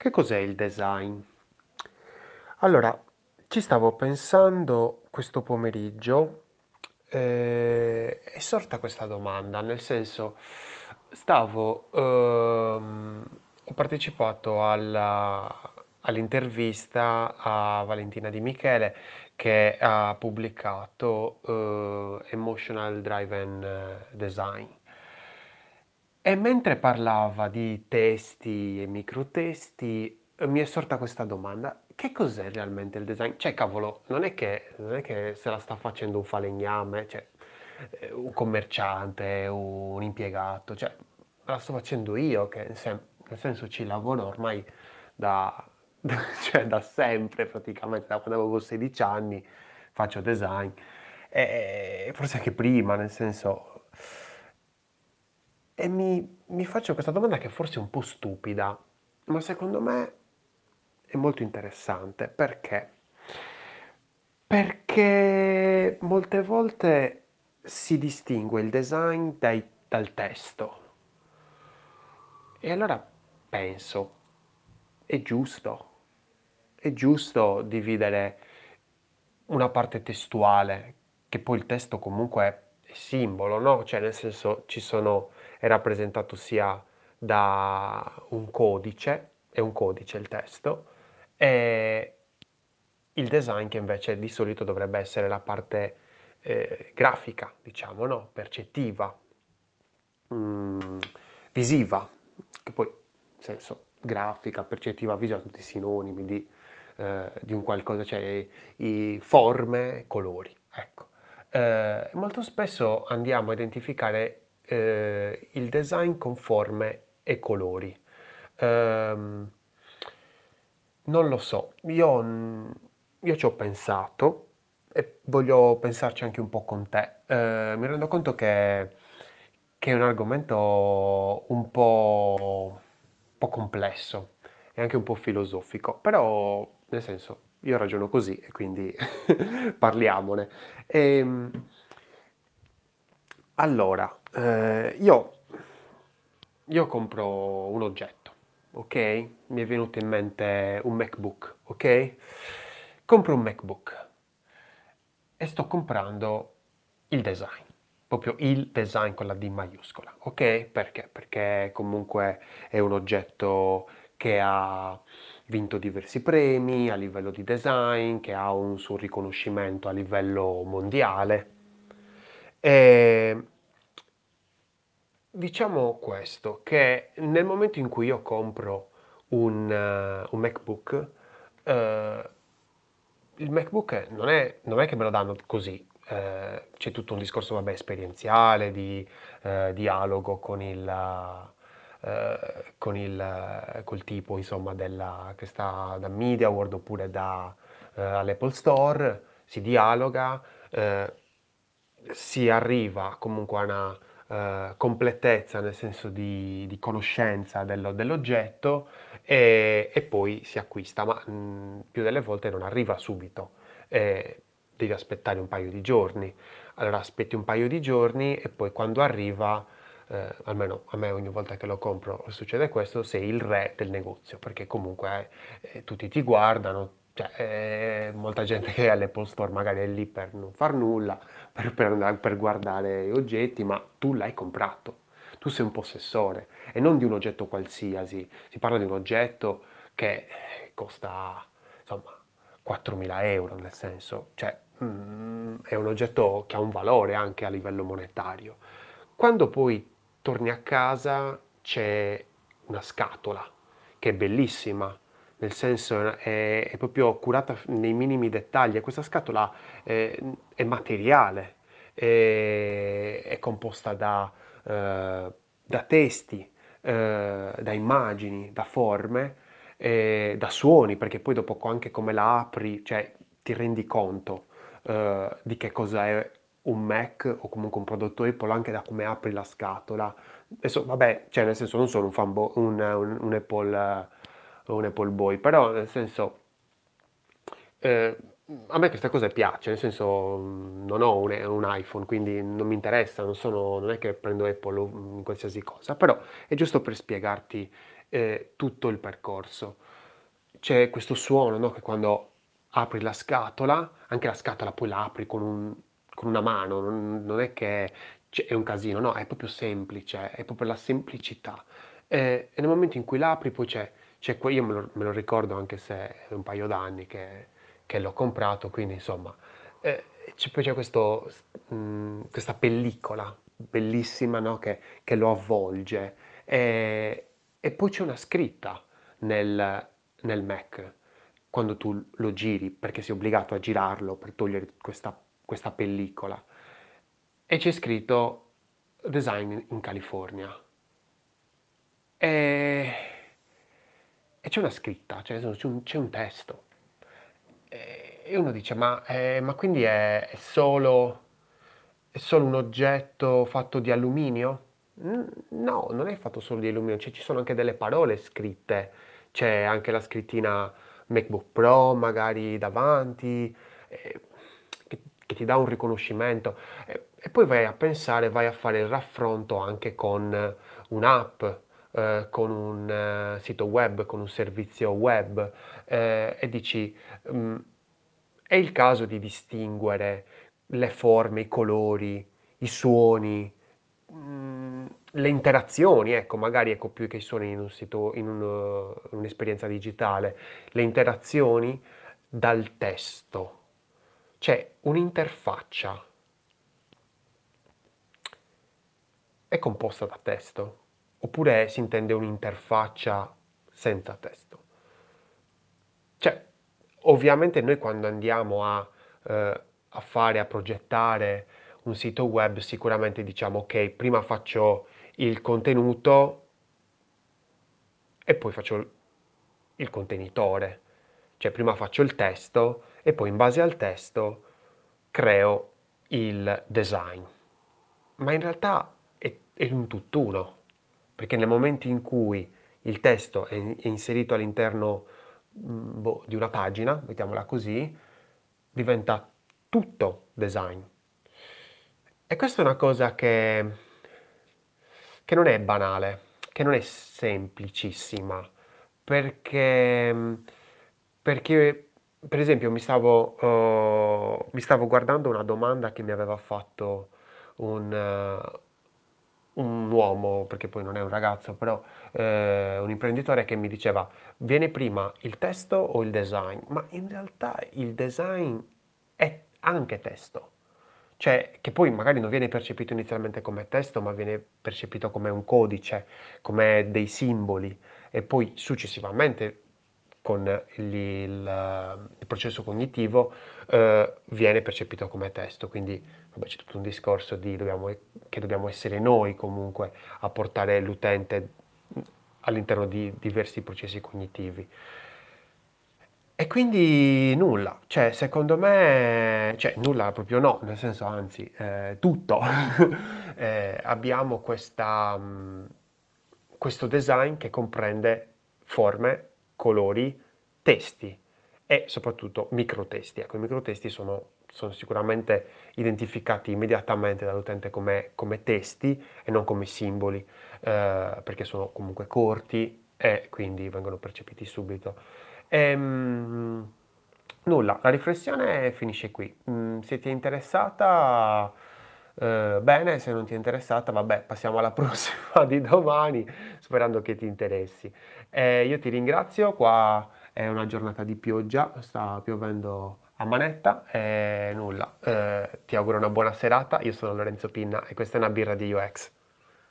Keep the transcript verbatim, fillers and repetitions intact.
Che cos'è il design? Allora, ci stavo pensando questo pomeriggio, eh, è sorta questa domanda, nel senso, stavo, ehm, ho partecipato alla- all'intervista a Valentina Di Michele che ha pubblicato eh, Emotional Driven eh, Design. E mentre parlava di testi e microtesti, eh, mi è sorta questa domanda: che cos'è realmente il design? Cioè, cavolo, non è che, non è che se la sta facendo un falegname, cioè, eh, un commerciante, un impiegato, cioè, la sto facendo io, che nel sen- nel senso ci lavoro ormai da, cioè, da sempre, praticamente, da quando avevo sedici anni faccio design, e forse anche prima, nel senso. E mi, mi faccio questa domanda che forse è un po' stupida, ma secondo me è molto interessante. Perché? Perché molte volte si distingue il design dai- dal testo. E allora penso, è giusto, è giusto dividere una parte testuale, che poi il testo comunque è simbolo, no? Cioè nel senso ci sono, è rappresentato sia da un codice, è un codice il testo, e il design che invece di solito dovrebbe essere la parte eh, grafica, diciamo, no? Percettiva, mm, visiva, che poi, nel senso, grafica, percettiva, visiva, tutti sinonimi di, eh, di un qualcosa, cioè i forme, colori, ecco. Eh, molto spesso andiamo a identificare eh, il design con forme e colori. Ehm, Non lo so, io, mm, io ci ho pensato e voglio pensarci anche un po' con te. Eh, mi rendo conto che, che è un argomento un po', un po' complesso e anche un po' filosofico, però nel senso io ragiono così e quindi parliamone. Ehm, allora, eh, io, io compro un oggetto, ok? Mi è venuto in mente un MacBook, ok? Compro un MacBook e sto comprando il design, proprio il design con la D maiuscola, ok? Perché? Perché comunque è un oggetto che ha vinto diversi premi a livello di design, che ha un suo riconoscimento a livello mondiale. E diciamo questo, che nel momento in cui io compro un, eh, un MacBook, eh, il MacBook non è, non è che me lo danno così, eh, c'è tutto un discorso, vabbè, esperienziale, di eh, dialogo con il, eh, con il, eh, col tipo, insomma, della, che sta da MediaWorld oppure da, eh, all'Apple Store, si dialoga, eh, si arriva comunque a una eh, completezza, nel senso di, di conoscenza dello- dell'oggetto e, e poi si acquista, ma mh, più delle volte non arriva subito, eh, devi aspettare un paio di giorni. Allora aspetti un paio di giorni e poi quando arriva, eh, almeno a me ogni volta che lo compro succede questo, sei il re del negozio, perché comunque eh, tutti ti guardano, cioè, eh, molta gente che è all'Apple Store magari è lì per non far nulla, per, per andare- per guardare oggetti, ma tu l'hai comprato, tu sei un possessore e non di un oggetto qualsiasi, si parla di un oggetto che eh, costa insomma quattromila euro, nel senso, cioè mm, è un oggetto che ha un valore anche a livello monetario. Quando poi torni a casa c'è una scatola che è bellissima, nel senso è, è proprio curata nei minimi dettagli e questa scatola è, è materiale, è, è composta da, eh, da testi, eh, da immagini, da forme, eh, da suoni, perché poi dopo anche come la apri, cioè ti rendi conto eh, di che cosa è un Mac o comunque un prodotto Apple anche da come apri la scatola. Adesso, vabbè, cioè nel senso non sono un fanboy, un, un- un Apple, eh, un Apple boy, però nel senso eh, a me questa cosa piace, nel senso mh, non ho un, un iPhone, quindi non mi interessa, non sono, non è che prendo Apple o, mh, in qualsiasi cosa, però è giusto per spiegarti eh, tutto il percorso. C'è questo suono, no? Che quando apri la scatola, anche la scatola poi la apri con un- con una mano, non, non è che c'è- è un casino, no, è proprio semplice, è proprio la semplicità. E, e nel momento in cui l'apri poi c'è, c'è que- io me lo, me lo ricordo anche se è un paio d'anni che, che l'ho comprato, quindi insomma, eh, c'è, poi c'è questo, mh, questa pellicola bellissima, no, che, che lo avvolge. E, e poi c'è una scritta nel, nel Mac quando tu lo giri, perché sei obbligato a girarlo per togliere questa, questa pellicola. E c'è scritto Design in California. E, e c'è una scritta, cioè c'è un, c'è un testo. E uno dice, ma, eh, ma quindi è, è solo, è solo un oggetto fatto di alluminio? Mm, No, non è fatto solo di alluminio, cioè, ci sono anche delle parole scritte, c'è anche la scrittina MacBook Pro magari davanti, eh, che, che ti dà un riconoscimento. E, e poi vai a pensare, vai a fare il raffronto anche con un'app, eh, con un eh, sito web, con un servizio web, eh, e dici, mm, è il caso di distinguere le forme, i colori, i suoni, mm, le interazioni, ecco, magari ecco più che i suoni in un sito, in un, uh, un'esperienza digitale, le interazioni dal testo. C'è un'interfaccia, è composta da testo, oppure si intende un'interfaccia senza testo. Cioè, ovviamente noi quando andiamo a, eh, a fare, a progettare un sito web, sicuramente diciamo, ok, prima faccio il contenuto e poi faccio il contenitore. Cioè, prima faccio il testo e poi in base al testo creo il design. Ma in realtà è, è un tutt'uno, perché nel momento in cui il testo è, è inserito all'interno mh, boh, di una pagina, mettiamola così, diventa tutto design. E questa è una cosa che, che non è banale, che non è semplicissima, perché, perché per esempio mi stavo, eh, mi stavo guardando una domanda che mi aveva fatto un, eh, un uomo, perché poi non è un ragazzo, però eh, un imprenditore che mi diceva, viene prima il testo o il design? Ma in realtà il design è anche testo. Cioè, che poi magari non viene percepito inizialmente come testo, ma viene percepito come un codice, come dei simboli, e poi successivamente con il, il- il processo cognitivo eh, viene percepito come testo. Quindi vabbè, c'è tutto un discorso di dobbiamo, che dobbiamo essere noi comunque a portare l'utente all'interno di diversi processi cognitivi. E quindi nulla, cioè secondo me, cioè nulla proprio no, nel senso anzi, eh, tutto. Eh, abbiamo questa, mh, questo design che comprende forme, colori, testi e soprattutto microtesti. Ecco, i microtesti sono, sono sicuramente identificati immediatamente dall'utente come, come testi e non come simboli, eh, perché sono comunque corti e quindi vengono percepiti subito. Ehm, nulla, la riflessione finisce qui. Mm, se ti è interessata, eh, bene, se non ti è interessata, vabbè, passiamo alla prossima di domani, sperando che ti interessi. Eh, io ti ringrazio, qua è una giornata di pioggia, sta piovendo a manetta e nulla, eh, ti auguro una buona serata. Io sono Lorenzo Pinna e questa è una birra di U X.